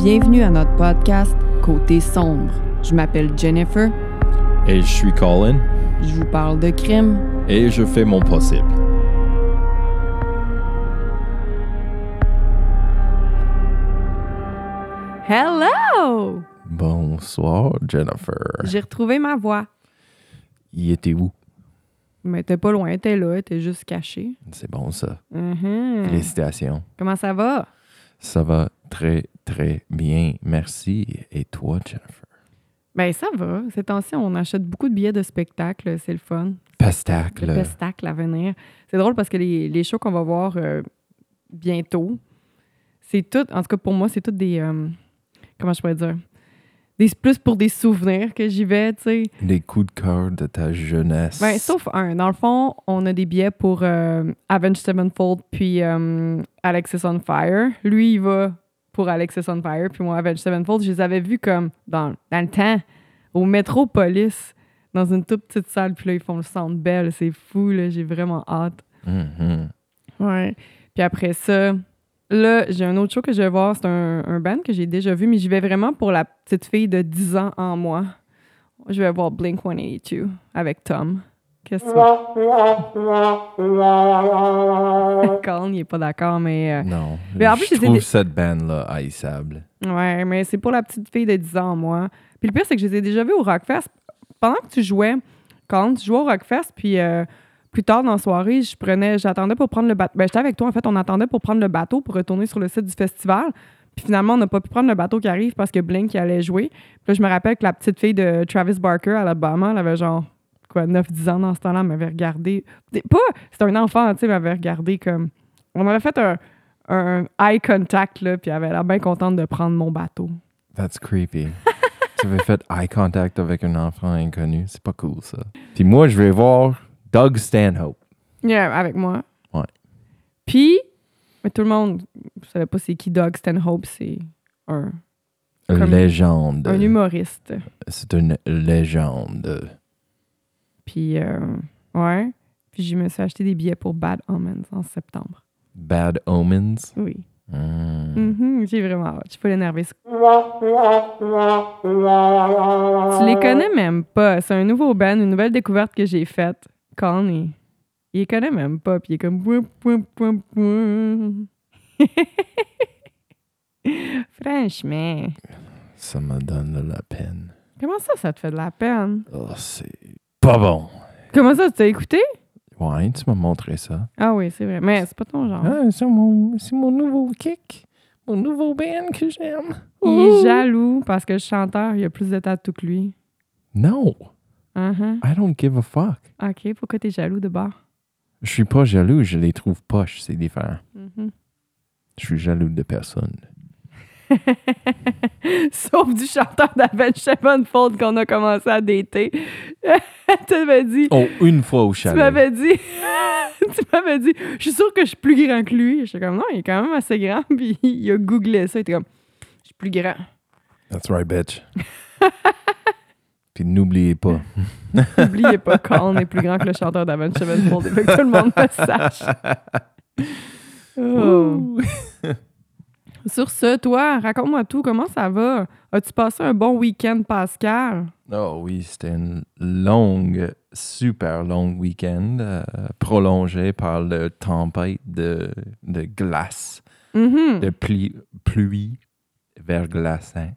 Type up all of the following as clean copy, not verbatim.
Bienvenue à notre podcast Côté sombre. Je m'appelle Jennifer. Et je suis Colin. Je vous parle de crime. Et je fais mon possible. Hello! Bonsoir, Jennifer. J'ai retrouvé ma voix. Il était où? Mais t'es pas loin, t'es là, t'es juste caché. C'est bon, ça. Mhm. Félicitations. Comment ça va? Ça va très, très bien. Merci. Et toi, Jennifer? Ben ça va. Ces temps-ci, on achète beaucoup de billets de spectacle. C'est le fun. Pestacle. Le pestacle à venir. C'est drôle parce que les shows qu'on va voir bientôt, c'est tout, en tout cas pour moi, c'est tout des... comment je pourrais dire? Plus pour des souvenirs que j'y vais, tu sais. Des coups de cœur de ta jeunesse. Ben, sauf un. Dans le fond, on a des billets pour Avenged Sevenfold puis Alexis on Fire. Lui, il va pour Alexis on Fire, puis moi, Avenged Sevenfold. Je les avais vus comme dans le temps, au Métropolis, dans une toute petite salle. Puis là, ils font le Centre Bell. C'est fou, là. J'ai vraiment hâte. Mm-hmm. Ouais. Puis après ça... Là, j'ai un autre show que je vais voir. C'est un band que j'ai déjà vu, mais j'y vais vraiment pour la petite fille de 10 ans en moi. Je vais voir Blink-182 avec Tom. Qu'est-ce que c'est? Colin, il est pas d'accord, mais... Non. Mais en plus, je trouve cette band-là haïssable. Ouais, mais c'est pour la petite fille de 10 ans en moi. Puis le pire, c'est que je les ai déjà vus au Rockfest. Pendant que tu jouais, Colin, tu jouais au Rockfest, puis... plus tard dans la soirée, j'attendais pour prendre le bateau. Ben, j'étais avec toi, en fait, on attendait pour prendre le bateau pour retourner sur le site du festival. Puis finalement, on n'a pas pu prendre le bateau qui arrive parce que Blink y allait jouer. Puis là, je me rappelle que la petite fille de Travis Barker à Alabama, elle avait genre, 9-10 ans dans ce temps-là, elle m'avait regardé. C'était un enfant, tu sais, elle m'avait regardé comme... On avait fait un eye contact, là, puis elle avait l'air bien contente de prendre mon bateau. That's creepy. Tu avais fait eye contact avec un enfant inconnu. C'est pas cool, ça. Puis moi, je vais voir... Doug Stanhope. Yeah, avec moi. Ouais. Puis, mais tout le monde ne savait pas c'est qui Doug Stanhope, c'est un... Légende. Un humoriste. C'est une légende. Puis, ouais. Puis, je me suis acheté des billets pour Bad Omens en septembre. Bad Omens? Oui. Mm. J'ai vraiment hâte. Je suis pas énervée. Tu les connais même pas. C'est un nouveau band, une nouvelle découverte que j'ai faite. Colin, il les connaît même pas, puis il est comme... Franchement. Ça me donne de la peine. Comment ça te fait de la peine? Oh, c'est pas bon. Comment ça, tu t'as écouté? Ouais, tu m'as montré ça. Ah oui, c'est vrai. Mais c'est pas ton genre. Ah, c'est mon nouveau kick. Mon nouveau band que j'aime. Il est jaloux parce que le chanteur, il a plus de tatous que lui. Non. Uh-huh. I don't give a fuck. OK, pourquoi t'es jaloux de bord? Je suis pas jaloux, je les trouve poches, c'est différent. Mm-hmm. Je suis jaloux de personne. Sauf du chanteur d'Avenged Sevenfold qu'on a commencé à dater. Tu m'avais dit... Oh, une fois au chalet. Tu m'avais dit, je suis sûre que je suis plus grand que lui. J'étais comme, non, il est quand même assez grand. Puis il a googlé ça, il était comme, je suis plus grand. That's right, bitch. Puis n'oubliez pas. N'oubliez pas qu'on est plus grand que le chanteur d'Avenged Sevenfold. Il faut que tout le monde le sache. Oh. Sur ce, toi, raconte-moi tout. Comment ça va? As-tu passé un bon week-end, Pascal? Oh oui, c'était une super longue week-end, prolongée par le tempête de glace, Mm-hmm. de pluie verglaçant.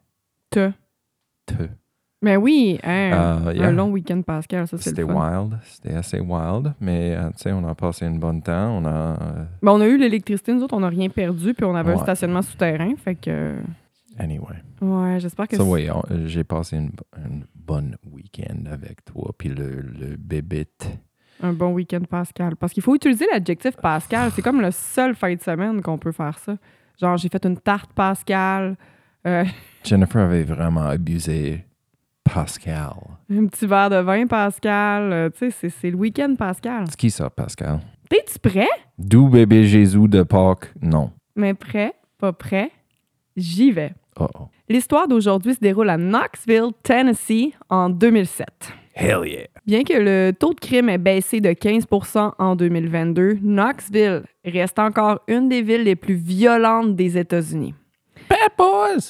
Ben oui, hein, Yeah. un long week-end, Pascal, ça c'est C'était le fun. wild, c'était assez wild, mais tu sais, on a passé une bonne temps. Ben, on a eu l'électricité, nous autres, on n'a rien perdu, puis on avait un Ouais. stationnement souterrain, fait que... Anyway. Ouais, j'espère que... Ça, oui, j'ai passé une bonne week-end avec toi, puis le bébite. Un bon week-end, Pascal. Parce qu'il faut utiliser l'adjectif Pascal. C'est comme le seul fin de semaine qu'on peut faire ça. Genre, j'ai fait une tarte Pascal. Jennifer avait vraiment abusé Pascal. Un petit verre de vin Pascal. Tu sais, c'est le week-end Pascal. C'est qui ça, Pascal? T'es-tu prêt? D'où bébé Jésus de Pâques? Non. Mais prêt, pas prêt, j'y vais. Uh-oh. L'histoire d'aujourd'hui se déroule à Knoxville, Tennessee, en 2007. Hell yeah! Bien que le taux de crime ait baissé de 15% en 2022, Knoxville reste encore une des villes les plus violentes des États-Unis. Bad boys!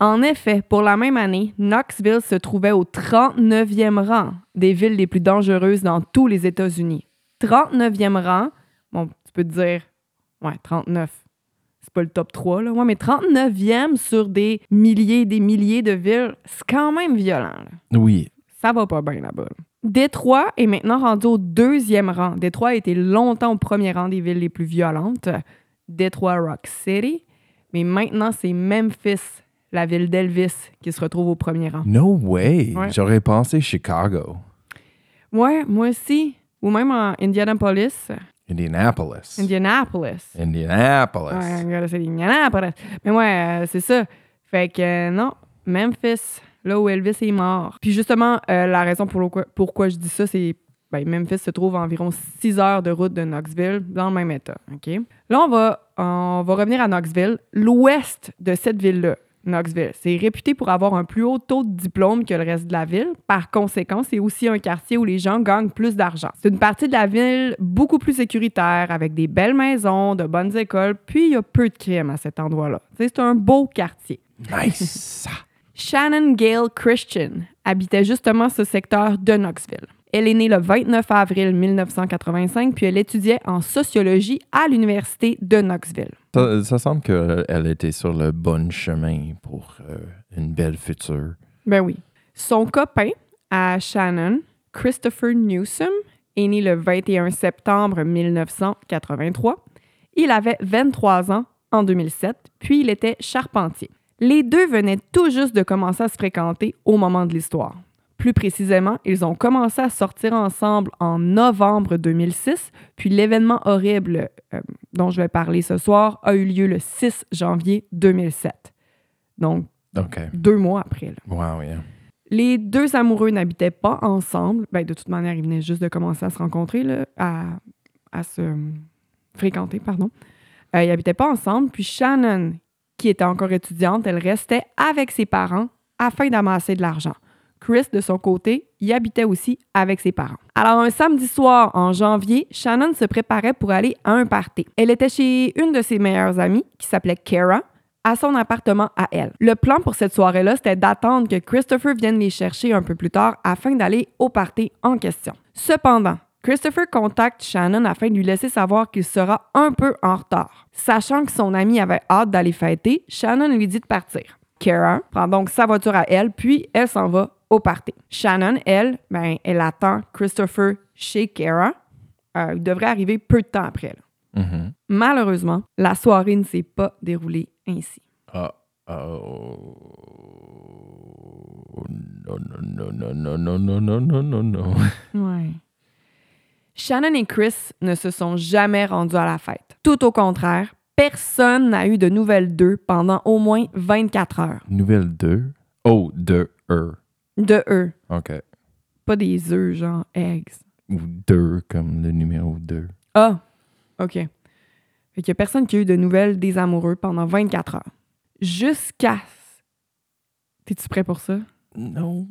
En effet, pour la même année, Knoxville se trouvait au 39e rang des villes les plus dangereuses dans tous les États-Unis. 39e rang, bon, tu peux te dire, ouais, 39, c'est pas le top 3, là. Ouais, mais 39e sur des milliers et des milliers de villes, c'est quand même violent, là. Oui. Ça va pas bien là-bas. Détroit est maintenant rendu au 2e rang. Détroit a été longtemps au premier rang des villes les plus violentes. Détroit Rock City. Mais maintenant, c'est Memphis, la ville d'Elvis, qui se retrouve au premier rang. No way. Ouais. J'aurais pensé Chicago. Ouais, moi aussi. Ou même en Indianapolis. Indianapolis. Indianapolis. Indianapolis. Ouais, I gotta say Indianapolis. Mais ouais, c'est ça. Fait que non, Memphis, là où Elvis est mort. Puis justement, la raison pourquoi je dis ça, c'est Memphis se trouve à environ 6 heures de route de Knoxville, dans le même état. OK? Là, on va revenir à Knoxville. L'ouest de cette ville-là, Knoxville, c'est réputé pour avoir un plus haut taux de diplôme que le reste de la ville. Par conséquent, c'est aussi un quartier où les gens gagnent plus d'argent. C'est une partie de la ville beaucoup plus sécuritaire, avec des belles maisons, de bonnes écoles, puis il y a peu de crimes à cet endroit-là. C'est un beau quartier. Nice. Shannon Gale Christian habitait justement ce secteur de Knoxville. Elle est née le 29 avril 1985, puis elle étudiait en sociologie à l'université de Knoxville. Ça semble qu'elle était sur le bon chemin pour une belle future. Ben oui. Son copain à Shannon, Christopher Newsom, est né le 21 septembre 1983. Il avait 23 ans en 2007, puis il était charpentier. Les deux venaient tout juste de commencer à se fréquenter au moment de l'histoire. Plus précisément, ils ont commencé à sortir ensemble en novembre 2006, puis l'événement horrible dont je vais parler ce soir a eu lieu le 6 janvier 2007. Donc, 2 mois après. Là. Wow, yeah. Les deux amoureux n'habitaient pas ensemble. Ben, de toute manière, ils venaient juste de commencer à se rencontrer, là, à se fréquenter, pardon. Ils n'habitaient pas ensemble, puis Shannon, qui était encore étudiante, elle restait avec ses parents afin d'amasser de l'argent. Chris, de son côté, y habitait aussi avec ses parents. Alors, un samedi soir, en janvier, Shannon se préparait pour aller à un party. Elle était chez une de ses meilleures amies, qui s'appelait Kara, à son appartement à elle. Le plan pour cette soirée-là, c'était d'attendre que Christopher vienne les chercher un peu plus tard afin d'aller au party en question. Cependant, Christopher contacte Shannon afin de lui laisser savoir qu'il sera un peu en retard. Sachant que son ami avait hâte d'aller fêter, Shannon lui dit de partir. Kara prend donc sa voiture à elle, puis elle s'en va au party. Shannon, elle attend Christopher chez Kara. Il devrait arriver peu de temps après. Là. Mm-hmm. Malheureusement, la soirée ne s'est pas déroulée ainsi. Oh. No. Ouais. Shannon et Chris ne se sont jamais rendus à la fête. Tout au contraire, personne n'a eu de nouvelles d'eux pendant au moins 24 heures. Nouvelle 2? Oh, de eux. De eux. OK. Pas des œufs, genre eggs. Ou 2 comme le numéro 2. Ah, OK. Fait qu'il y a personne qui a eu de nouvelles des amoureux pendant 24 heures. Jusqu'à... T'es-tu prêt pour ça? Non.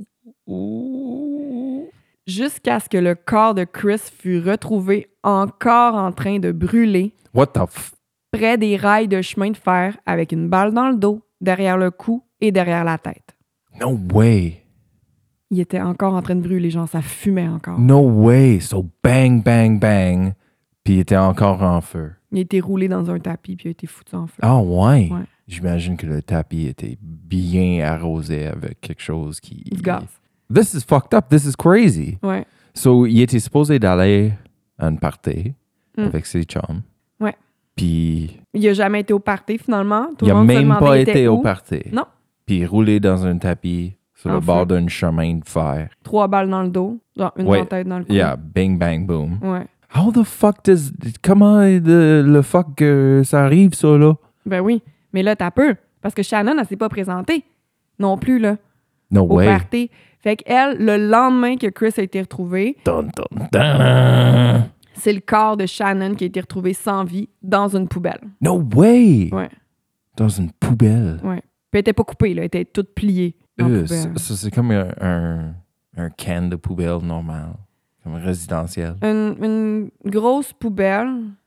Jusqu'à ce que le corps de Chris fût retrouvé encore en train de brûler What the f... près des rails de chemin de fer avec une balle dans le dos, derrière le cou et derrière la tête. No way. Il était encore en train de brûler, genre ça fumait encore. No way. So bang, bang, bang. Puis il était encore en feu. Il a été roulé dans un tapis puis il a été foutu en feu. Ah ouais? Ouais. J'imagine que le tapis était bien arrosé avec quelque chose qui... Du gaz. This is fucked up. This is crazy. Ouais. So, il était supposé d'aller à une party avec ses chums. Ouais. Puis... Il a jamais été au party finalement. Tout il le a monde se même demandait pas il était été où. au party. Non. Puis roulé dans un tapis sur En le feu. bord d'un chemin de fer. 3 balles dans le dos, genre une dans la tête, dans le cou. Yeah, bang, bang, boom. Ouais. How the fuck does... Comment le fuck ça arrive, ça, là? Ben oui. Mais là, t'as peu. Parce que Shannon, elle s'est pas présentée. Non plus, là. No Au way. party. Fait qu'elle, le lendemain que Chris a été retrouvé, Dun, dun, dun. c'est le corps de Shannon qui a été retrouvé sans vie dans une poubelle. No way! Ouais. Dans une poubelle. Ouais. Puis elle était pas coupée, là. Elle était toute pliée en poubelle. Ça, c'est comme un can de poubelle normal. Comme résidentiel. Une grosse poubelle,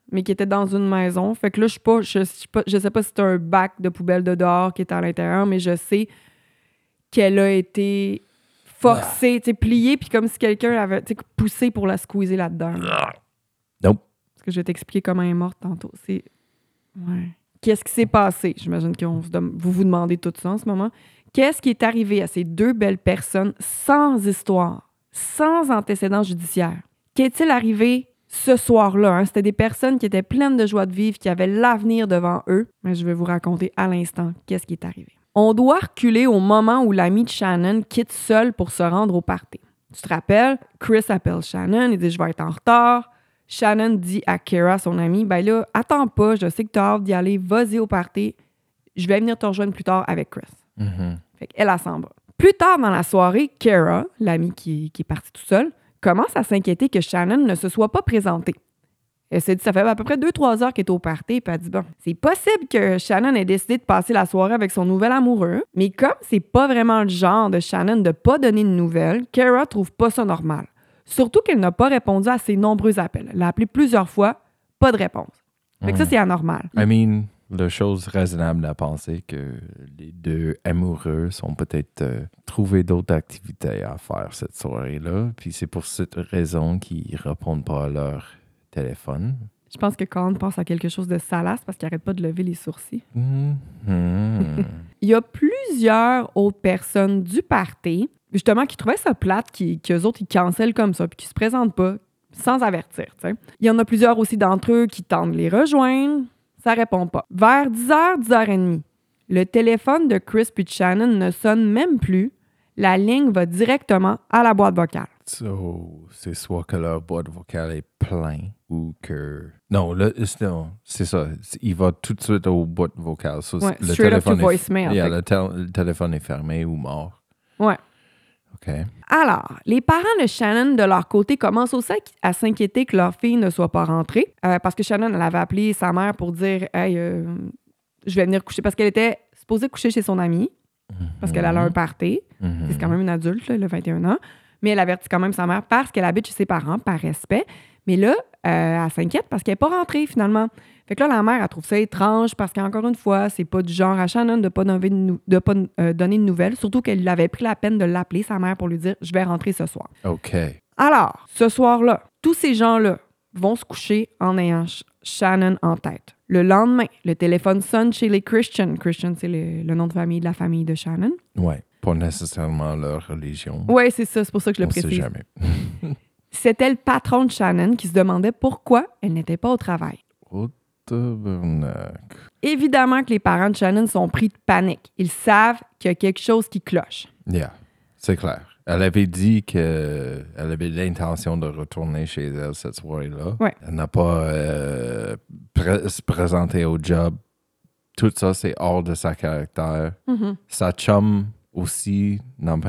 mais qui était dans une maison. Fait que là, je sais pas si c'est un bac de poubelle de dehors qui était à l'intérieur, mais je sais qu'elle a été forcée, tu sais, pliée, puis comme si quelqu'un l'avait poussé pour la squeezer là-dedans. Nope. Parce que je vais t'expliquer comment elle est morte tantôt. Ouais. Qu'est-ce qui s'est passé? J'imagine que vous vous demandez tout ça en ce moment. Qu'est-ce qui est arrivé à ces deux belles personnes sans histoire, sans antécédent judiciaire? Qu'est-il arrivé ce soir-là? Hein? C'était des personnes qui étaient pleines de joie de vivre, qui avaient l'avenir devant eux. Mais je vais vous raconter à l'instant qu'est-ce qui est arrivé. On doit reculer au moment où l'ami de Shannon quitte seul pour se rendre au party. Tu te rappelles? Chris appelle Shannon, il dit « Je vais être en retard ». Shannon dit à Kara, son amie, « Ben là, attends pas, je sais que tu as hâte d'y aller, vas-y au party. Je vais venir te rejoindre plus tard avec Chris. Mm-hmm. » Fait qu'elle s'en va. Plus tard dans la soirée, Kara, l'amie qui est partie tout seul, commence à s'inquiéter que Shannon ne se soit pas présentée. Elle s'est dit, ça fait à peu près 2-3 heures qu'elle est au party, puis elle dit, bon, c'est possible que Shannon ait décidé de passer la soirée avec son nouvel amoureux, mais comme c'est pas vraiment le genre de Shannon de pas donner de nouvelles, Kara trouve pas ça normal. Surtout qu'elle n'a pas répondu à ses nombreux appels. Elle a appelé plusieurs fois, pas de réponse. Fait que ça, c'est anormal. I mean, la chose raisonnable à penser que les deux amoureux sont peut-être trouvé d'autres activités à faire cette soirée-là, puis c'est pour cette raison qu'ils répondent pas à leur téléphone. Je pense que Colin pense à quelque chose de salace parce qu'il arrête pas de lever les sourcils. Mm-hmm. Il y a plusieurs autres personnes du party, justement, qui trouvaient ça plate, qu'eux autres, ils cancellent comme ça, puis qui se présentent pas sans avertir. T'sais. Il y en a plusieurs aussi d'entre eux qui tentent de les rejoindre. Ça répond pas. Vers 10h, 10h30, le téléphone de Chris puis de Shannon ne sonne même plus. La ligne va directement à la boîte vocale. So, c'est soit que leur boîte vocale est pleine ou que... Non, c'est ça. Il va tout de suite aux boîtes vocales. So, ouais, le straight up to téléphone voicemail. Yeah, le téléphone est fermé ou mort. Ouais. OK. Alors, les parents de Shannon, de leur côté, commencent aussi à s'inquiéter que leur fille ne soit pas rentrée. Parce que Shannon, elle avait appelé sa mère pour dire « Hey, je vais venir coucher. » Parce qu'elle était supposée coucher chez son amie. Parce qu'elle allait à un party. C'est quand même une adulte, là, elle a 21 ans. Mais elle avertit quand même sa mère parce qu'elle habite chez ses parents, par respect. Mais là, elle s'inquiète parce qu'elle n'est pas rentrée, finalement. Fait que là, la mère, elle trouve ça étrange parce qu'encore une fois, c'est pas du genre à Shannon de pas donner de nouvelles. Surtout qu'elle avait pris la peine de l'appeler, sa mère, pour lui dire « Je vais rentrer ce soir. » OK. Alors, ce soir-là, tous ces gens-là vont se coucher en ayant Shannon en tête. Le lendemain, le téléphone sonne chez les Christian. Christian, c'est le nom de famille de la famille de Shannon. Ouais, pas nécessairement leur religion. Oui, c'est ça. C'est pour ça que je le précise. On sait jamais. C'était le patron de Shannon qui se demandait pourquoi elle n'était pas au travail. Oh, tabarnak. Évidemment que les parents de Shannon sont pris de panique. Ils savent qu'il y a quelque chose qui cloche. Yeah, c'est clair. Elle avait dit qu'elle avait l'intention de retourner chez elle cette soirée-là. Ouais. Elle n'a pas se présenté au job. Tout ça, c'est hors de sa caractère. Mm-hmm. Sa chum aussi, il n'a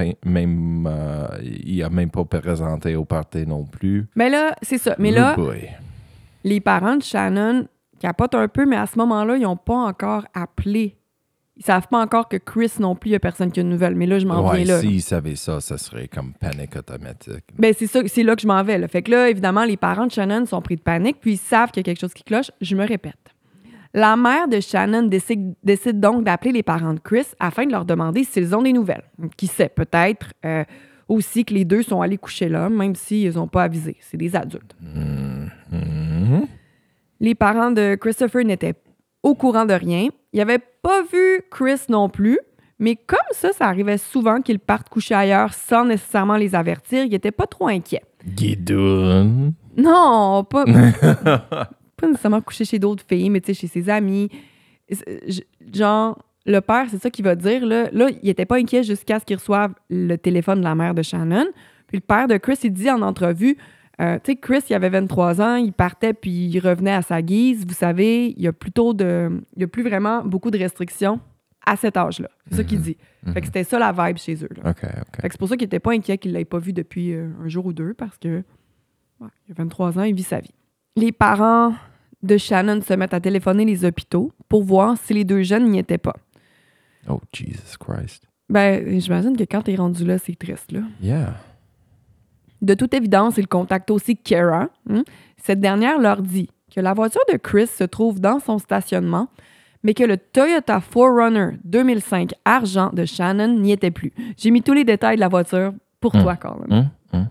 même pas présenté au party non plus. Mais là, c'est ça. Mais là, les parents de Shannon capotent un peu, mais à ce moment-là, ils n'ont pas encore appelé. Ils savent pas encore que Chris non plus, il n'y a personne qui a une nouvelle. Mais là, je m'en viens là. S'ils savaient ça, ça serait comme panique automatique. Ben c'est ça, c'est là que je m'en vais. Là. Fait que là, évidemment, les parents de Shannon sont pris de panique, puis ils savent qu'il y a quelque chose qui cloche. Je me répète. La mère de Shannon décide donc d'appeler les parents de Chris afin de leur demander s'ils ont des nouvelles. Qui sait, peut-être aussi que les deux sont allés coucher là, même s'ils n'ont pas avisé. C'est des adultes. Mm-hmm. Les parents de Christopher n'étaient au courant de rien. Ils n'avaient pas vu Chris non plus, mais comme ça arrivait souvent qu'ils partent coucher ailleurs sans nécessairement les avertir, ils n'étaient pas trop inquiets. Guidoune. Non, pas nécessairement coucher chez d'autres filles, mais tu sais, chez ses amis. Genre, le père, c'est ça qu'il va dire. Là, il n'était pas inquiet jusqu'à ce qu'il reçoive le téléphone de la mère de Shannon. Puis le père de Chris, il dit en entrevue, tu sais, Chris, il avait 23 ans, il partait puis il revenait à sa guise. Vous savez, il y a plus vraiment beaucoup de restrictions à cet âge-là. C'est ça qu'il dit. Fait que c'était ça la vibe chez eux. Là. OK. Fait que c'est pour ça qu'il n'était pas inquiet qu'il ne l'ait pas vu depuis un jour ou deux parce que il a 23 ans, il vit sa vie. Les parents de Shannon se mettent à téléphoner les hôpitaux pour voir si les deux jeunes n'y étaient pas. Oh, Jesus Christ. Ben, j'imagine que quand t'es rendu là, c'est triste, là. Yeah. De toute évidence, ils contactent aussi Kara. Cette dernière leur dit que la voiture de Chris se trouve dans son stationnement, mais que le Toyota 4Runner 2005 argent de Shannon n'y était plus. J'ai mis tous les détails de la voiture pour toi, Colin.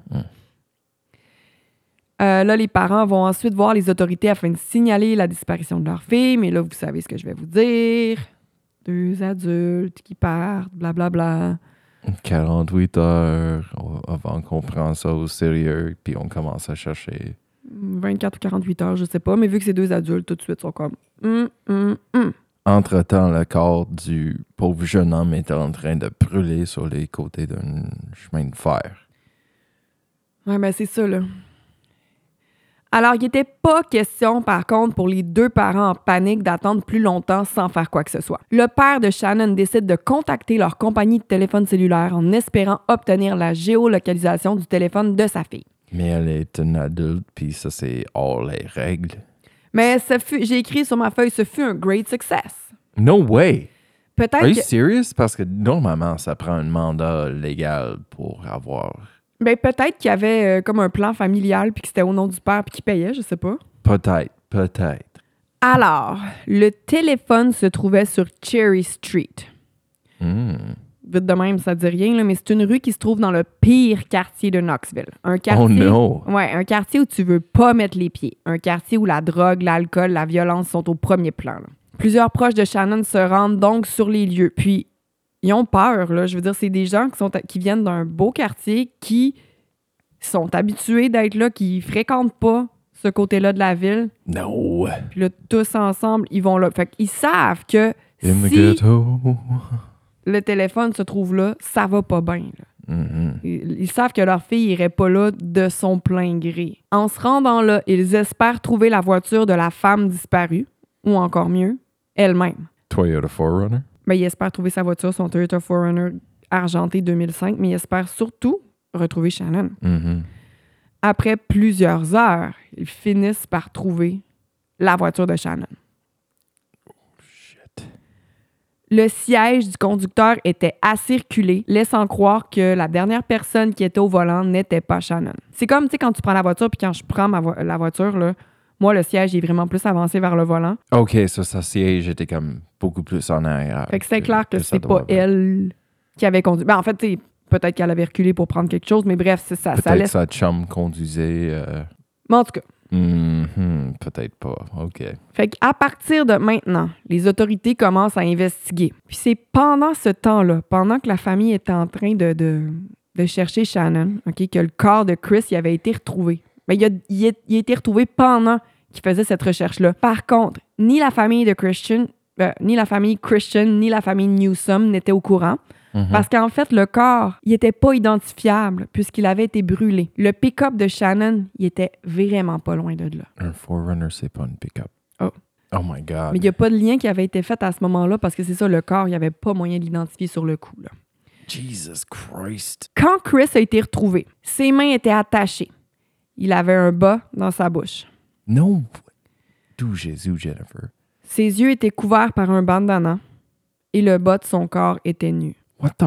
Là, les parents vont ensuite voir les autorités afin de signaler la disparition de leur fille, mais là, vous savez ce que je vais vous dire. 2 adultes qui partent, blablabla. 48 heures avant qu'on prenne ça au sérieux, puis on commence à chercher. 24 ou 48 heures, je sais pas, mais vu que c'est 2 adultes, tout de suite, ils sont comme... Entre-temps, le corps du pauvre jeune homme était en train de brûler sur les côtés d'un chemin de fer. Ouais, ben c'est ça, là. Alors, il n'était pas question, par contre, pour les 2 parents en panique d'attendre plus longtemps sans faire quoi que ce soit. Le père de Shannon décide de contacter leur compagnie de téléphone cellulaire en espérant obtenir la géolocalisation du téléphone de sa fille. Mais elle est une adulte, puis ça, c'est hors les règles. Mais j'ai écrit sur ma feuille, ce fut un great success. No way! Peut-être Are you que... serious? Parce que normalement, ça prend un mandat légal pour avoir... Ben, peut-être qu'il y avait comme un plan familial puis que c'était au nom du père puis qu'il payait, je sais pas. Peut-être. Alors, le téléphone se trouvait sur Cherry Street. Vite de même, ça dit rien, là, mais c'est une rue qui se trouve dans le pire quartier de Knoxville. Un quartier, oh no! Ouais, un quartier où tu veux pas mettre les pieds. Un quartier où la drogue, l'alcool, la violence sont au premier plan. Là. Plusieurs proches de Shannon se rendent donc sur les lieux, puis ils ont peur, là. Je veux dire, c'est des gens qui viennent d'un beau quartier, qui sont habitués d'être là, qui fréquentent pas ce côté-là de la ville. No! Puis là, tous ensemble, ils vont là. Fait qu'ils savent que In the si ghetto. le téléphone se trouve là, ça va pas bien. Là. Ils savent que leur fille irait pas là de son plein gré. En se rendant là, ils espèrent trouver la voiture de la femme disparue, ou encore mieux, elle-même. Toyota 4Runner? Ben, il espère trouver sa voiture, son Toyota 4Runner argenté 2005, mais il espère surtout retrouver Shannon. Après plusieurs heures, ils finissent par trouver la voiture de Shannon. Shit. Le siège du conducteur était assez reculé, laissant croire que la dernière personne qui était au volant n'était pas Shannon. C'est comme, tu sais, quand tu prends la voiture, puis quand je prends la voiture, là, moi, le siège est vraiment plus avancé vers le volant. OK, ça, sa siège était comme beaucoup plus en arrière. Fait que c'est clair que c'est pas elle qui avait conduit. Ben, en fait, peut-être qu'elle avait reculé pour prendre quelque chose, mais bref, ça peut-être laisse... sa chum conduisait. Mais en tout cas. Peut-être pas. OK. Fait qu'à partir de maintenant, les autorités commencent à investiguer. Puis c'est pendant ce temps-là, pendant que la famille était en train de chercher Shannon, OK, que le corps de Chris y avait été retrouvé. Mais il a été retrouvé pendant qu'il faisait cette recherche-là. Par contre, ni la famille Christian, ni la famille Newsom n'étaient au courant. Parce qu'en fait, le corps, il était pas identifiable puisqu'il avait été brûlé. Le pick-up de Shannon, il était vraiment pas loin de là. Un 4Runner, c'est pas une pick-up. Oh my God. Mais il n'y a pas de lien qui avait été fait à ce moment-là parce que c'est ça, le corps, il n'y avait pas moyen de l'identifier sur le coup. Là. Jesus Christ. Quand Chris a été retrouvé, ses mains étaient attachées. Il avait un bas dans sa bouche. Non. D'où Jésus, Jennifer. Ses yeux étaient couverts par un bandana et le bas de son corps était nu. What the...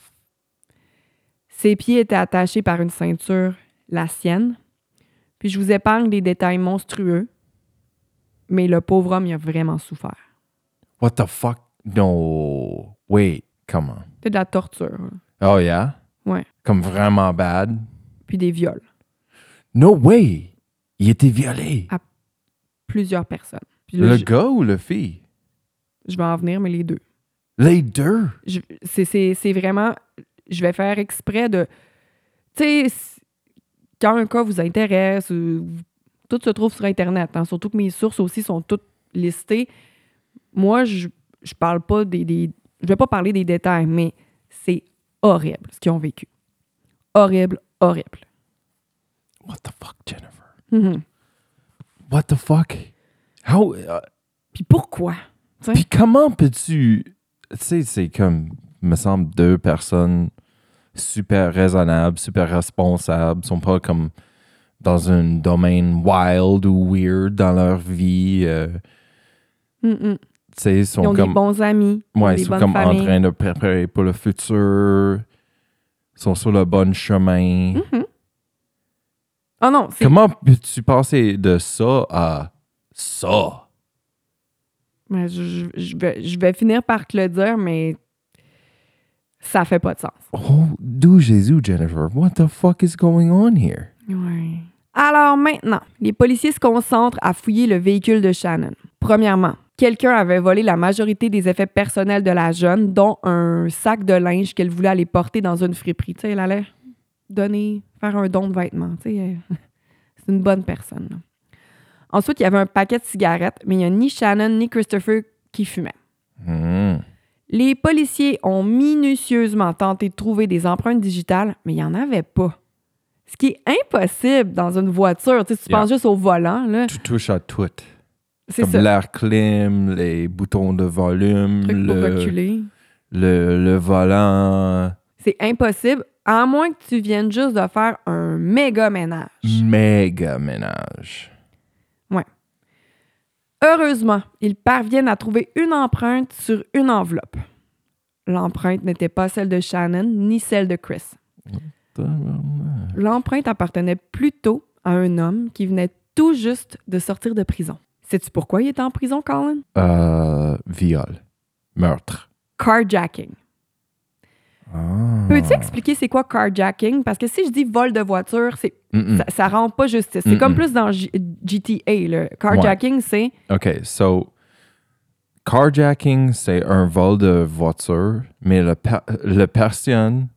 Ses pieds étaient attachés par une ceinture, la sienne. Puis je vous épargne des détails monstrueux, mais le pauvre homme, il a vraiment souffert. What the fuck? No. Wait, come on. C'était de la torture. Hein. Oh yeah? Ouais. Comme vraiment bad? Puis des viols. No way! Il était violé. À plusieurs personnes. Puis là, le gars ou le fille? Je vais en venir, mais les deux. Les deux? C'est vraiment... Je vais faire exprès de... Tu sais, quand un cas vous intéresse, tout se trouve sur Internet. Hein, surtout que mes sources aussi sont toutes listées. Moi, je parle pas je vais pas parler des détails, mais c'est horrible ce qu'ils ont vécu. Horrible. What the fuck, Jennifer? What the fuck? How... Puis pourquoi? Puis comment peux-tu... Tu sais, c'est comme, me semble, 2 personnes super raisonnables, super responsables, sont pas comme dans un domaine wild ou weird dans leur vie. Tu sais, ils ont des bons amis. Ouais, ils sont comme familles. En train de préparer pour le futur. Ils sont sur le bon chemin. Oh non, comment peux-tu passer de ça à Ça. Mais je vais finir par te le dire, mais ça fait pas de sens. Oh, d'où Jésus, Jennifer? What the fuck is going on here? Ouais. Alors maintenant, les policiers se concentrent à fouiller le véhicule de Shannon. Premièrement, quelqu'un avait volé la majorité des effets personnels de la jeune, dont un sac de linge qu'elle voulait aller porter dans une friperie. Tu sais, elle allait faire un don de vêtements. Tu sais, c'est une bonne personne. Là. Ensuite, il y avait un paquet de cigarettes, mais il n'y a ni Shannon ni Christopher qui fumaient. Les policiers ont minutieusement tenté de trouver des empreintes digitales, mais il n'y en avait pas. Ce qui est impossible dans une voiture. Tu sais, tu penses juste au volant. Là. Tu touches à tout. C'est comme ça. l'air clim, les boutons de volume, Truc pour reculer. le volant. C'est impossible, à moins que tu viennes juste de faire un méga ménage. Méga ménage. Ouais. Heureusement, ils parviennent à trouver une empreinte sur une enveloppe. L'empreinte n'était pas celle de Shannon ni celle de Chris. L'empreinte appartenait plutôt à un homme qui venait tout juste de sortir de prison. Sais-tu pourquoi il était en prison, Colin? Viol. Meurtre. Carjacking. Peux-tu expliquer c'est quoi carjacking? Parce que si je dis vol de voiture, ça rend pas justice. C'est comme plus dans GTA. Là. Carjacking, c'est... OK, so... Carjacking, c'est un vol de voiture, mais la personne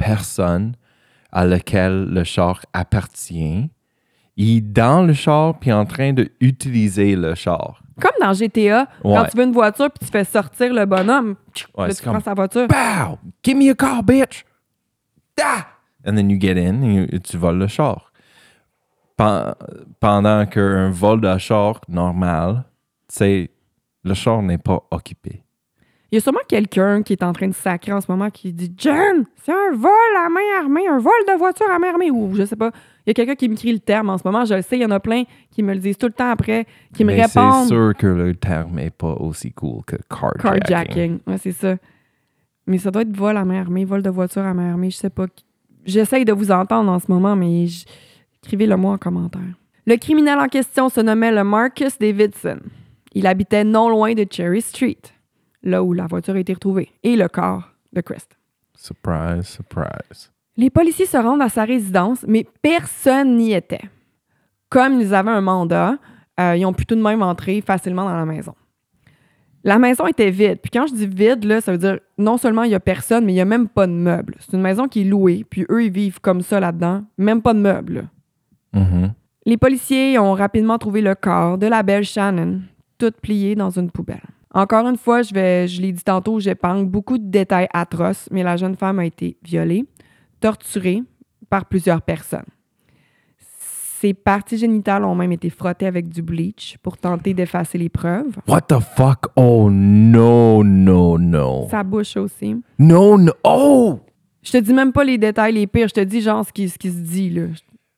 à laquelle le char appartient, il est dans le char puis en train d'utiliser le char. Comme dans GTA, quand tu veux une voiture puis tu fais sortir le bonhomme, là, tu prends sa voiture. Pow! Give me a car, bitch! Ah! And then you get in et tu voles le char. Pendant qu'un vol de char normal, c'est le char n'est pas occupé. Il y a sûrement quelqu'un qui est en train de sacrer en ce moment qui dit « Jen, c'est un vol à main armée, un vol de voiture à main armée. » Ou je sais pas. Il y a quelqu'un qui me crie le terme en ce moment. Je le sais, il y en a plein qui me le disent tout le temps après, qui me répondent. C'est sûr que le terme n'est pas aussi cool que carjacking. Carjacking, ouais, c'est ça. Mais ça doit être vol à main armée, vol de voiture à main armée, je sais pas. J'essaye de vous entendre en ce moment, mais écrivez-le moi en commentaire. Le criminel en question se nommait le Marcus Davidson. Il habitait non loin de Cherry Street, là où la voiture a été retrouvée, et le corps de Chris. Surprise, surprise. Les policiers se rendent à sa résidence, mais personne n'y était. Comme ils avaient un mandat, ils ont pu tout de même entrer facilement dans la maison. La maison était vide. Puis quand je dis vide, là, ça veut dire non seulement il n'y a personne, mais il n'y a même pas de meubles. C'est une maison qui est louée, puis eux, ils vivent comme ça là-dedans. Même pas de meubles. Les policiers ont rapidement trouvé le corps de la belle Shannon, toute pliée dans une poubelle. Encore une fois, je l'ai dit tantôt, j'épargne beaucoup de détails atroces, mais la jeune femme a été violée, torturée par plusieurs personnes. Ses parties génitales ont même été frottées avec du bleach pour tenter d'effacer les preuves. What the fuck? Oh, no, no, no. Sa bouche aussi. No, no. Oh! Je te dis même pas les détails les pires, je te dis genre ce qui se dit, là.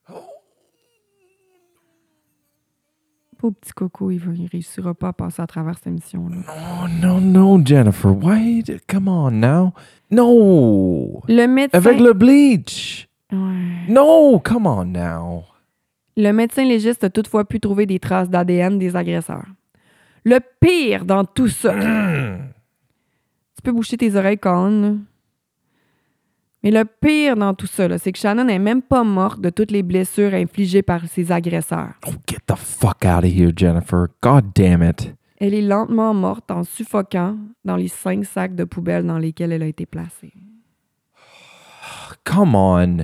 Pauvre petit coco, il réussira pas à passer à travers cette émission-là. No, no, no, Jennifer. Why? Come on now. No! Le médecin... Avec le bleach! Ouais. No! Come on now. Le médecin légiste a toutefois pu trouver des traces d'ADN des agresseurs. Le pire dans tout ça... Tu peux boucher tes oreilles, Colin, là. Mais le pire dans tout ça, là, c'est que Shannon n'est même pas morte de toutes les blessures infligées par ses agresseurs. Oh, get the fuck out of here, Jennifer. God damn it. Elle est lentement morte en suffoquant dans les 5 sacs de poubelle dans lesquels elle a été placée. Come on.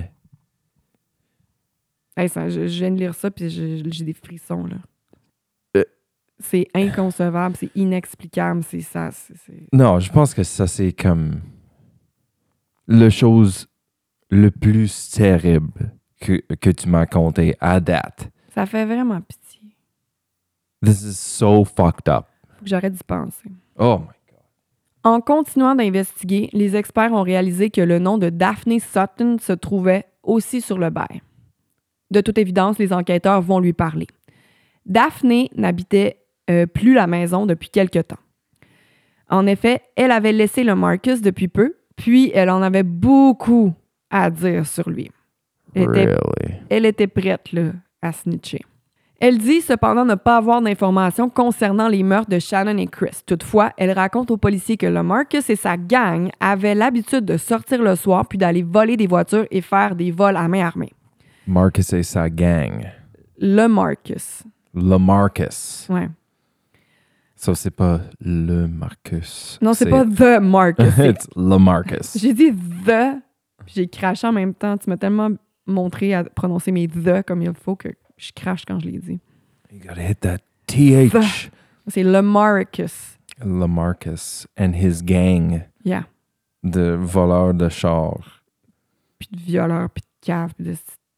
Hey, je viens de lire ça puis j'ai des frissons, là. C'est inconcevable, c'est inexplicable, c'est ça. Non, je pense que ça, c'est comme la chose le plus terrible que tu m'as conté à date. Ça fait vraiment pitié. This is so fucked up. Faut que j'arrête d'y penser. Oh my God. En continuant d'investiguer, les experts ont réalisé que le nom de Daphne Sutton se trouvait aussi sur le bail. De toute évidence, les enquêteurs vont lui parler. Daphne n'habitait plus la maison depuis quelque temps. En effet, elle avait laissé le Marcus depuis peu, puis elle en avait beaucoup à dire sur lui. Elle était prête là, à snitcher. Elle dit cependant ne pas avoir d'informations concernant les meurtres de Shannon et Chris. Toutefois, elle raconte aux policiers que LaMarcus et sa gang avaient l'habitude de sortir le soir puis d'aller voler des voitures et faire des vols à main armée. Marcus et sa gang. LaMarcus. LaMarcus. Ouais. Ça, c'est pas le Marcus. Non, c'est pas The Marcus. It's LaMarcus. J'ai dit The, puis j'ai craché en même temps. Tu m'as tellement montré à prononcer mes The comme il faut que je crache quand je l'ai dit. You gotta hit that TH. C'est LaMarcus. LaMarcus and his gang Yeah. de voleurs de chars. Puis de violeurs, puis de caves, puis de...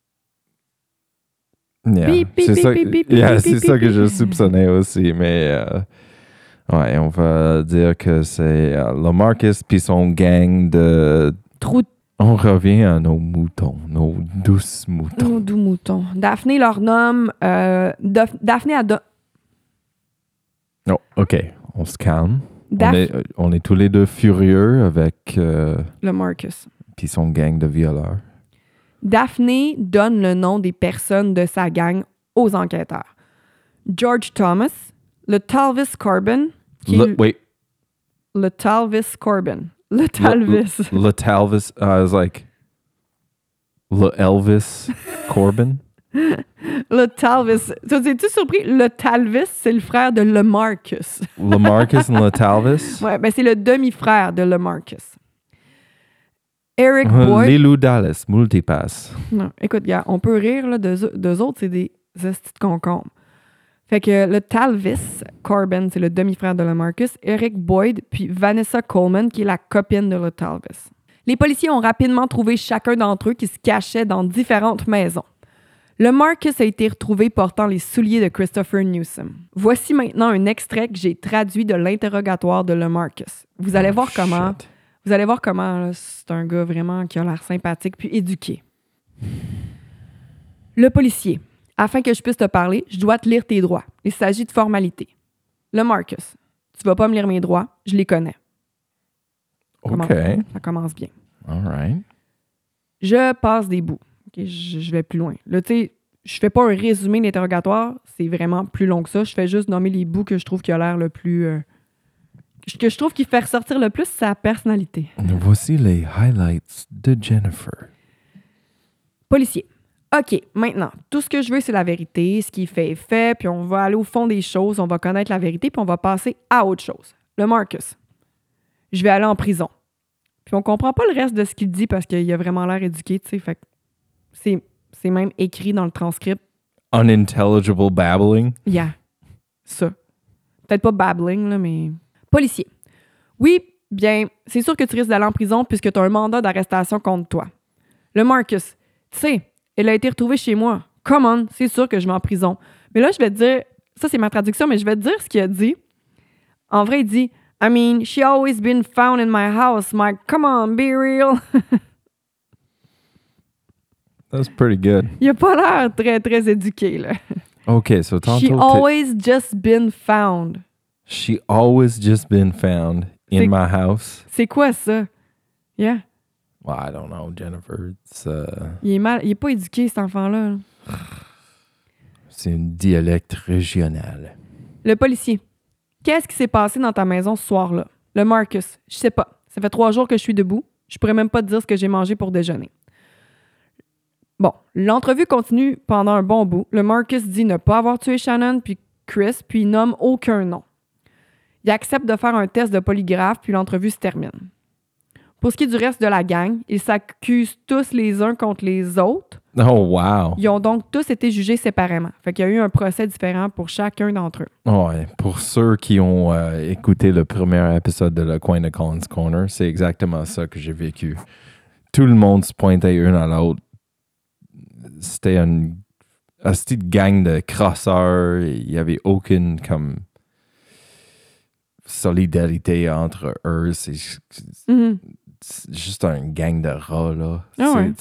Yeah. Pip, pip, C'est ça, pip, pip, yeah, pip, c'est pip, ça pip, que je pip. soupçonnais aussi, mais ouais, on va dire que c'est LaMarcus puis son gang de... Trou On revient à nos moutons, nos douces moutons. Nos doux moutons. Daphné leur nomme... Daphné a... Oh, OK, on se calme. Daph- On est tous les deux furieux avec LaMarcus. puis son gang de violeurs. Daphné donne le nom des personnes de sa gang aux enquêteurs. George Thomas, le Talvis Corbin, qui est Wait, le Talvis Corbin. Le Talvis. Le Talvis, I was like, Le Elvis Corbin? Le Talvis. T'es-tu surpris? Le Talvis, c'est le frère de LaMarcus. LaMarcus et Le Talvis? Ouais, ben c'est le demi-frère de LaMarcus. Eric Boyd. Lilou Dallas, multipass. Non, écoute, gars, on peut rire là, d'eux autres, c'est des estis de concombres. Fait que le Talvis Corbin, c'est le demi-frère de LaMarcus, Eric Boyd, puis Vanessa Coleman, qui est la copine de le Talvis. Les policiers ont rapidement trouvé chacun d'entre eux qui se cachait dans différentes maisons. LaMarcus a été retrouvé portant les souliers de Christopher Newsom. Voici maintenant un extrait que j'ai traduit de l'interrogatoire de LaMarcus. Vous allez voir comment... Shit. Vous allez voir comment là, c'est un gars vraiment qui a l'air sympathique puis éduqué. Le policier. Afin que je puisse te parler, je dois te lire tes droits. Il s'agit de formalités. LaMarcus, tu vas pas me lire mes droits, je les connais. OK. Ça commence bien. All right. Je passe des bouts. OK, je vais plus loin. Là, tu sais, je fais pas un résumé d'interrogatoire, c'est vraiment plus long que ça. Je fais juste nommer les bouts que je trouve qui a l'air le plus... que je trouve qui fait ressortir le plus sa personnalité. Voici les highlights de Jennifer. Policier. OK, maintenant, tout ce que je veux, c'est la vérité. Ce qui fait est fait, puis on va aller au fond des choses, on va connaître la vérité, puis on va passer à autre chose. LaMarcus. Je vais aller en prison. Puis on comprend pas le reste de ce qu'il dit parce qu'il a vraiment l'air éduqué, tu sais. Fait que c'est même écrit dans le transcript. Unintelligible babbling. Yeah. Ça. Peut-être pas babbling, là, mais... Policier. Oui, bien, c'est sûr que tu risques d'aller en prison puisque tu as un mandat d'arrestation contre toi. LaMarcus. Tu sais, elle a été retrouvée chez moi. Come on, c'est sûr que je vais en prison. Mais là, je vais te dire... Ça, c'est ma traduction, mais je vais te dire ce qu'il a dit. En vrai, il dit... I mean, she always been found in my house. Mike, come on, be real. That's pretty good. Il a pas l'air très, très éduqué, là. OK, so tantôt... She always just been found. She always just been found in C'est- my house. C'est quoi ça? Yeah. Well, I don't know, Jennifer. It's, Il est pas éduqué, cet enfant-là. c'est un dialecte régional. Le policier. Qu'est-ce qui s'est passé dans ta maison ce soir-là? LaMarcus. Je sais pas. Ça fait 3 jours que je suis debout. Je pourrais même pas te dire ce que j'ai mangé pour déjeuner. Bon, l'entrevue continue pendant un bon bout. LaMarcus dit ne pas avoir tué Shannon puis Chris, puis il nomme aucun nom. Il accepte de faire un test de polygraphe, puis l'entrevue se termine. Pour ce qui est du reste de la gang, ils s'accusent tous les uns contre les autres. Oh, wow. Ils ont donc tous été jugés séparément. Fait qu'il y a eu un procès différent pour chacun d'entre eux. Ouais, pour ceux qui ont écouté le premier épisode de Le Coin de Colin's Corner, c'est exactement ça que j'ai vécu. Tout le monde se pointait une à l'autre. C'était une petite gang de crosseurs. Il n'y avait aucune comme solidarité entre eux. C'est juste un gang de rats, là. Ah ouais.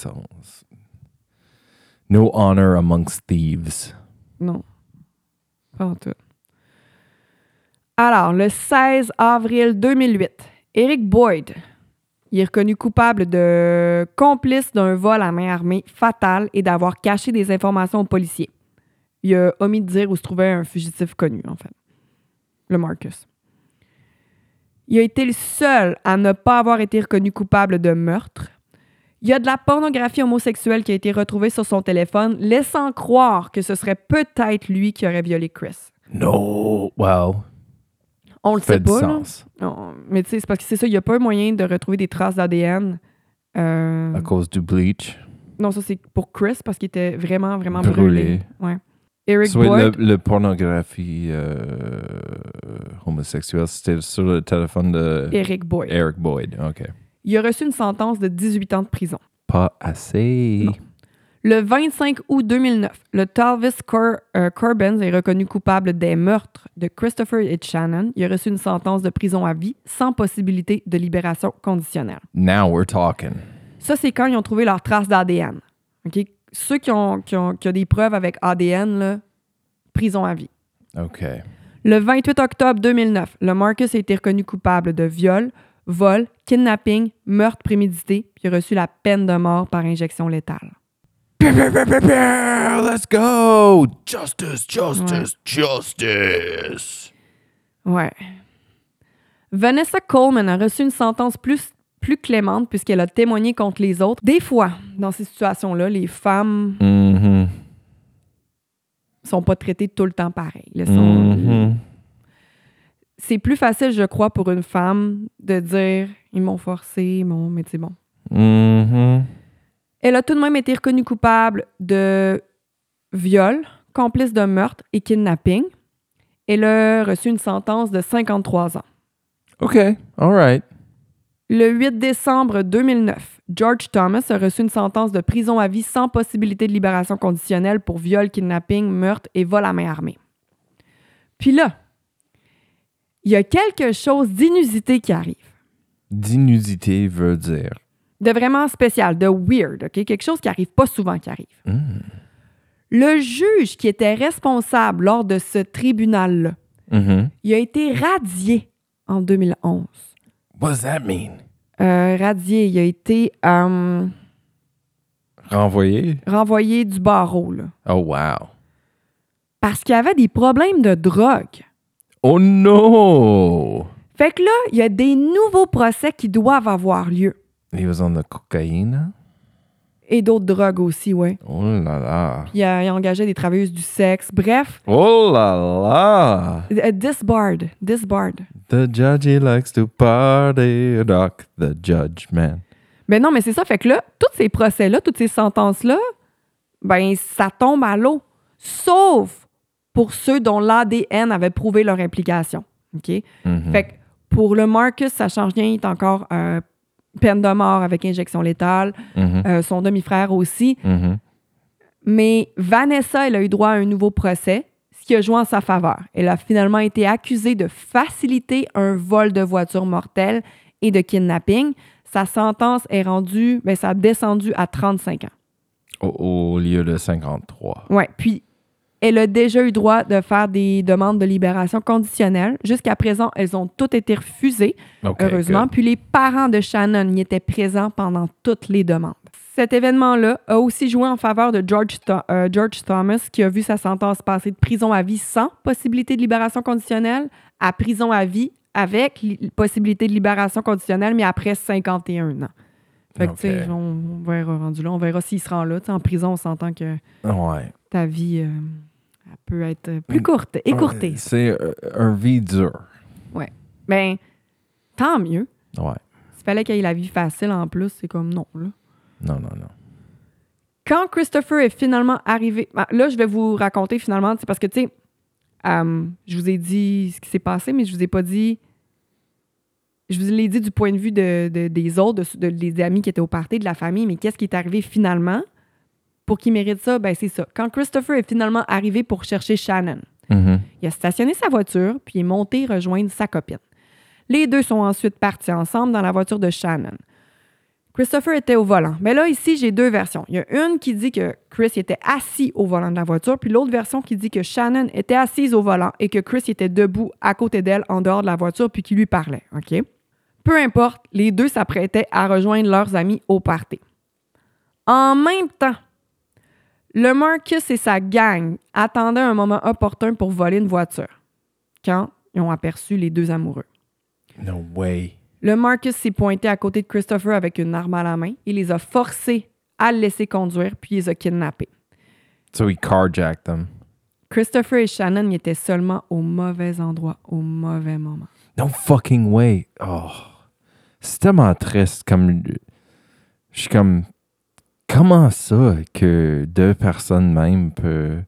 No honor amongst thieves. Non. Pas en tout. Alors, le 16 avril 2008, Eric Boyd, il est reconnu coupable de complice d'un vol à main armée fatal et d'avoir caché des informations aux policiers. Il a omis de dire où se trouvait un fugitif connu, en fait. Le Marcus. Il a été le seul à ne pas avoir été reconnu coupable de meurtre. Il y a de la pornographie homosexuelle qui a été retrouvée sur son téléphone, laissant croire que ce serait peut-être lui qui aurait violé Chris. No! Wow. On le sait pas, là. Sens. Non, mais tu sais, c'est parce que c'est ça, il n'y a pas moyen de retrouver des traces d'ADN. À cause du bleach. Non, ça, c'est pour Chris, parce qu'il était vraiment, vraiment Brûlé. brûlé. Ouais. Eric Soit Boyd... le pornographie homosexuelle, c'était sur le téléphone de Eric Boyd. Eric Boyd. OK. Il a reçu une sentence de 18 ans de prison. Pas assez. Non. Le 25 août 2009, le Talvis Corbins est reconnu coupable des meurtres de Christopher et Shannon. Il a reçu une sentence de prison à vie sans possibilité de libération conditionnelle. Now we're talking. Ça, c'est quand ils ont trouvé leurs traces d'ADN. OK? Ceux qui ont des preuves avec ADN, là, prison à vie. OK. Le 28 octobre 2009, le Marcus a été reconnu coupable de viol, vol, kidnapping, meurtre prémédité, puis il a reçu la peine de mort par injection létale. Let's go! Justice, justice, justice! Ouais. Vanessa Coleman a reçu une sentence plus clémente puisqu'elle a témoigné contre les autres. Des fois, dans ces situations-là, les femmes sont pas traitées tout le temps pareil. C'est plus facile, je crois, pour une femme de dire « ils m'ont forcé, mais c'est bon ». Elle a tout de même été reconnue coupable de viol, complice de meurtre et kidnapping. Elle a reçu une sentence de 53 ans. OK, all right. Le 8 décembre 2009, George Thomas a reçu une sentence de prison à vie sans possibilité de libération conditionnelle pour viol, kidnapping, meurtre et vol à main armée. Puis là, il y a quelque chose d'inusité qui arrive. D'inusité veut dire? De vraiment spécial, de weird, OK? Quelque chose qui arrive pas souvent qui arrive. Le juge qui était responsable lors de ce tribunal-là, il a été radié en 2011. What does that mean? Radié, il a été renvoyé du barreau, là. Oh, wow. Parce qu'il y avait des problèmes de drogue. Oh no! Fait que là, il y a des nouveaux procès qui doivent avoir lieu. He was on the cocaine? Et d'autres drogues aussi, ouais. Oh là là. Puis il a engagé des travailleuses du sexe. Bref. Oh là là! Disbarred. The judge, he likes to party, rock the judge, man. Ben non, mais c'est ça. Fait que là, tous ces procès-là, toutes ces sentences-là, ben ça tombe à l'eau. Sauf pour ceux dont l'ADN avait prouvé leur implication. OK? Fait que pour le Marcus, ça change rien. Il est encore peine de mort avec injection létale. Son demi-frère aussi. Mais Vanessa, elle a eu droit à un nouveau procès, ce qui a joué en sa faveur. Elle a finalement été accusée de faciliter un vol de voiture mortel et de kidnapping. Sa sentence est rendue, ben, ça a descendu à 35 ans. Au lieu de 53. Oui, puis elle a déjà eu droit de faire des demandes de libération conditionnelle. Jusqu'à présent, elles ont toutes été refusées, heureusement. Good. Puis les parents de Shannon y étaient présents pendant toutes les demandes. Cet événement-là a aussi joué en faveur de George Thomas, qui a vu sa sentence passer de prison à vie sans possibilité de libération conditionnelle à prison à vie avec possibilité de libération conditionnelle, mais après 51 ans. Fait que, tu sais, on verra rendu là. On verra s'il se rend là. T'sais, en prison, on s'entend que ta vie elle peut être plus courte, écourtée. C'est un vie dur. Ouais. Ben, tant mieux. Ouais. S'il fallait qu'il ait la vie facile en plus, c'est comme non, là. Non. Quand Christopher est finalement arrivé... Là, je vais vous raconter finalement, c'est parce que, tu sais, je vous ai dit ce qui s'est passé, mais je vous ai pas dit... Je vous l'ai dit du point de vue des autres, des amis qui étaient au party, de la famille, mais qu'est-ce qui est arrivé finalement pour qu'il mérite ça? Ben, c'est ça. Quand Christopher est finalement arrivé pour chercher Shannon, il a stationné sa voiture, puis il est monté rejoindre sa copine. Les deux sont ensuite partis ensemble dans la voiture de Shannon. Christopher était au volant. Mais là, ici, j'ai deux versions. Il y a une qui dit que Chris était assis au volant de la voiture, puis l'autre version qui dit que Shannon était assise au volant et que Chris était debout à côté d'elle, en dehors de la voiture, puis qu'il lui parlait. OK? Peu importe, les deux s'apprêtaient à rejoindre leurs amis au party. En même temps, Le Marcus et sa gang attendaient un moment opportun pour voler une voiture quand ils ont aperçu les deux amoureux. No way. Le Marcus s'est pointé à côté de Christopher avec une arme à la main. Il les a forcés à le laisser conduire, puis il les a kidnappés. So he carjacked them. Christopher et Shannon étaient seulement au mauvais endroit, au mauvais moment. No fucking way. Oh. C'est tellement triste. Comme... Je suis comme... Comment ça que deux personnes même peuvent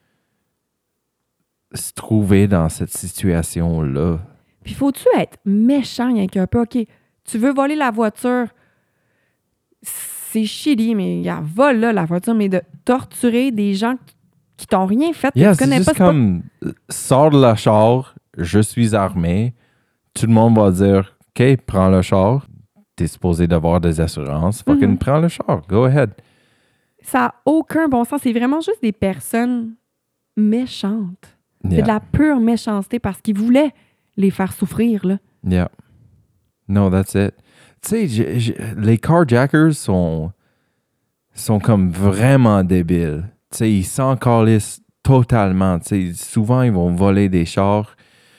se trouver dans cette situation-là? Puis faut-tu être méchant rien qu'un peu? OK, tu veux voler la voiture, c'est shitty, mais vole là, la voiture, mais de torturer des gens qui t'ont rien fait, Yeah, tu c'est connais juste pas, comme... Sors de la char, je suis armé. Tout le monde va dire, OK, prends le char. T'es supposé d'avoir des assurances. Fucking prends le char. Go ahead. Ça n'a aucun bon sens. C'est vraiment juste des personnes méchantes. C'est de la pure méchanceté parce qu'ils voulaient les faire souffrir, là. Yeah. No, that's it. Tu sais, les carjackers sont comme vraiment débiles. Tu sais, ils s'en calissent totalement. Tu sais, souvent, ils vont voler des chars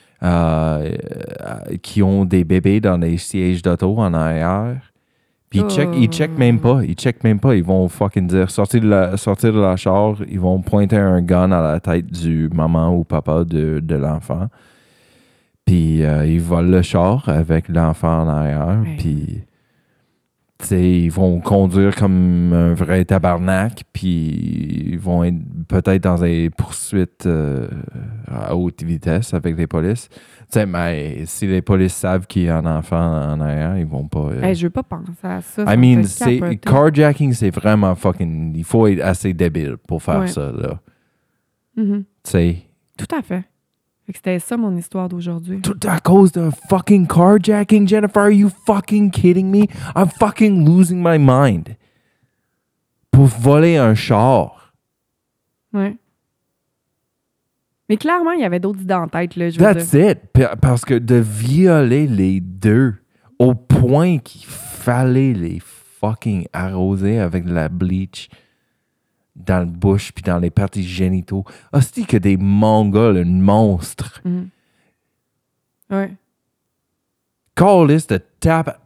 qui ont des bébés dans les sièges d'auto en arrière. Puis ils checkent même pas. Ils checkent même pas. Ils vont fucking dire sortir de la char. Ils vont pointer un gun à la tête du maman ou papa de l'enfant. Puis ils volent le char avec l'enfant en arrière. Ouais. Puis ils vont conduire comme un vrai tabarnak. Puis ils vont être peut-être dans des poursuites à haute vitesse avec les polices. T'sais, mais si les polices savent qu'il y a un enfant en arrière, ils vont pas... Je veux pas penser à ça. I mean, carjacking, c'est vraiment fucking... Il faut être assez débile pour faire ça, là. Mm-hmm. Tu sais... Tout à fait. Fait que c'était ça mon histoire d'aujourd'hui. Tout à cause de fucking carjacking, Jennifer? Are you fucking kidding me? I'm fucking losing my mind. Pour voler un char. Ouais. Mais clairement, il y avait d'autres idées en tête, là, je veux That's dire. it. Parce que de violer les deux au point qu'il fallait les fucking arroser avec de la bleach dans le bouche puis dans les parties génitaux. Hostie que des Mongols, un monstre. Mm. Ouais. Callis de tape...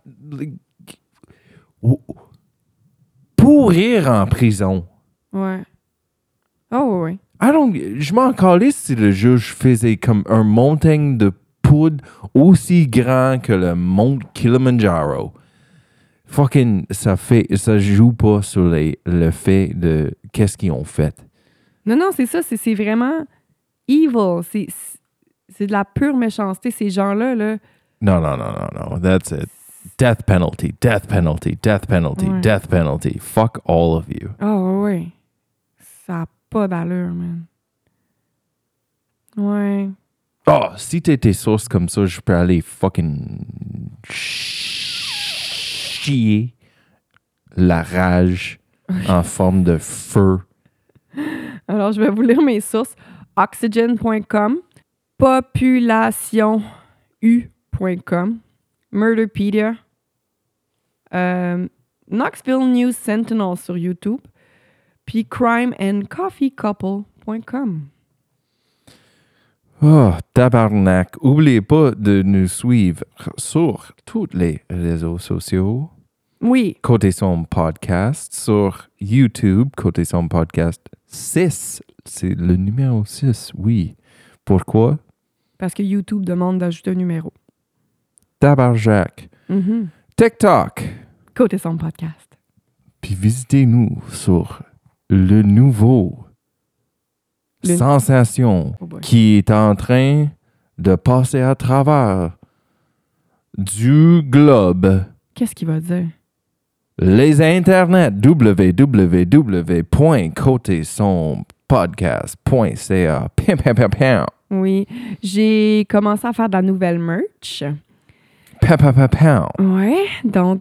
Pourrir en prison. Ouais. Oh, ouais. Je m'en calisse si le juge faisait comme un montagne de poudre aussi grand que le mont Kilimanjaro. Fucking, ça joue pas sur le fait de qu'est-ce qu'ils ont fait. Non, c'est ça. C'est vraiment evil. C'est de la pure méchanceté. Ces gens-là, là... Non. That's it. Death penalty, death penalty, death penalty, Ouais. death penalty. Fuck all of you. Oh, ouais. Ça n'a pas d'allure, man. Ouais. Oh, si t'étais source comme ça, je peux aller fucking chier la rage en forme de feu. Alors, je vais vous lire mes sources. Oxygen.com, populationu.com, Murderpedia, Knoxville News Sentinel sur YouTube, puis crimeandcoffeecouple.com. Oh, tabarnak. Oubliez pas de nous suivre sur tous les réseaux sociaux. Oui. Côté son podcast. Sur YouTube, Côté son podcast 6. C'est le numéro 6, oui. Pourquoi? Parce que YouTube demande d'ajouter un numéro. Tabarjac. Mm-hmm. TikTok. Côté son podcast. Puis visitez-nous sur le nouveau sensation qui est en train de passer à travers du globe. Qu'est-ce qu'il va dire? Les internets www.cotesonpodcast.ca. Pam. Oui. J'ai commencé à faire de la nouvelle merch. Pam. Ouais. Donc,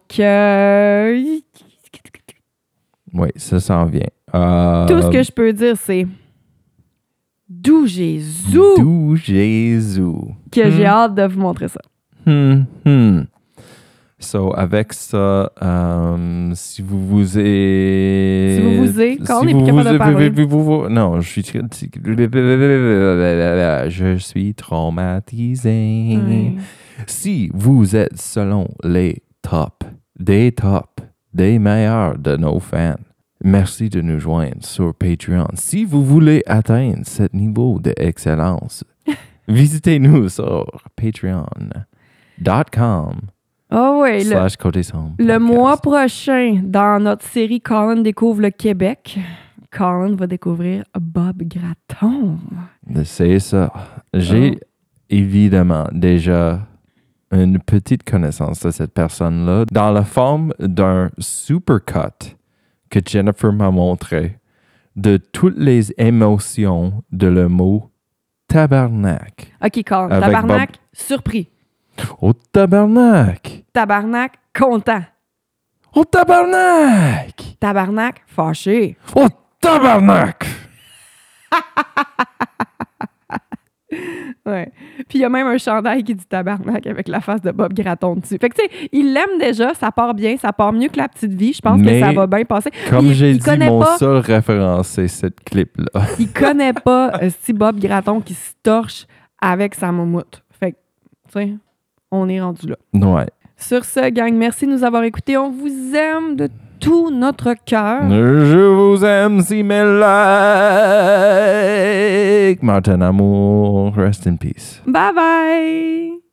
Oui, ça s'en vient. tout ce que je peux dire, c'est d'où Jésus que j'ai hâte de vous montrer ça. So, avec ça, si vous vous êtes... Si vous vous êtes, quand on n'est plus capable de parler. Non, je suis traumatisé. Ouais. Si vous êtes selon les des meilleurs de nos fans, merci de nous joindre sur Patreon. Si vous voulez atteindre ce niveau d'excellence, visitez-nous sur patreon.com. Oh oui, Côté sombre le podcast. mois prochain, dans notre série Colin découvre le Québec, Colin va découvrir Bob Gratton. C'est ça. J'ai évidemment déjà une petite connaissance de cette personne-là dans la forme d'un supercut que Jennifer m'a montré de toutes les émotions de le mot tabarnak. OK, Colin. Avec Tabarnak, surpris. Oh tabarnak! Tabarnak, content. Oh tabarnak! Tabarnak, fâché. Oh tabarnak! Ouais. Puis il y a même un chandail qui dit tabarnak avec la face de Bob Gratton dessus. Fait que tu sais, il l'aime déjà, ça part bien, ça part mieux que La Petite Vie. Je pense que ça va bien passer. Comme j'ai dit, mon pas, seul référence, c'est cette clip-là. Il connaît pas Bob Gratton qui se torche avec sa moumoute. Fait que, tu sais, on est rendu là. Ouais. Sur ce, gang, merci de nous avoir écoutés. On vous aime de tout notre cœur. Je vous aime si mes likes. Martin Amour, rest in peace. Bye bye!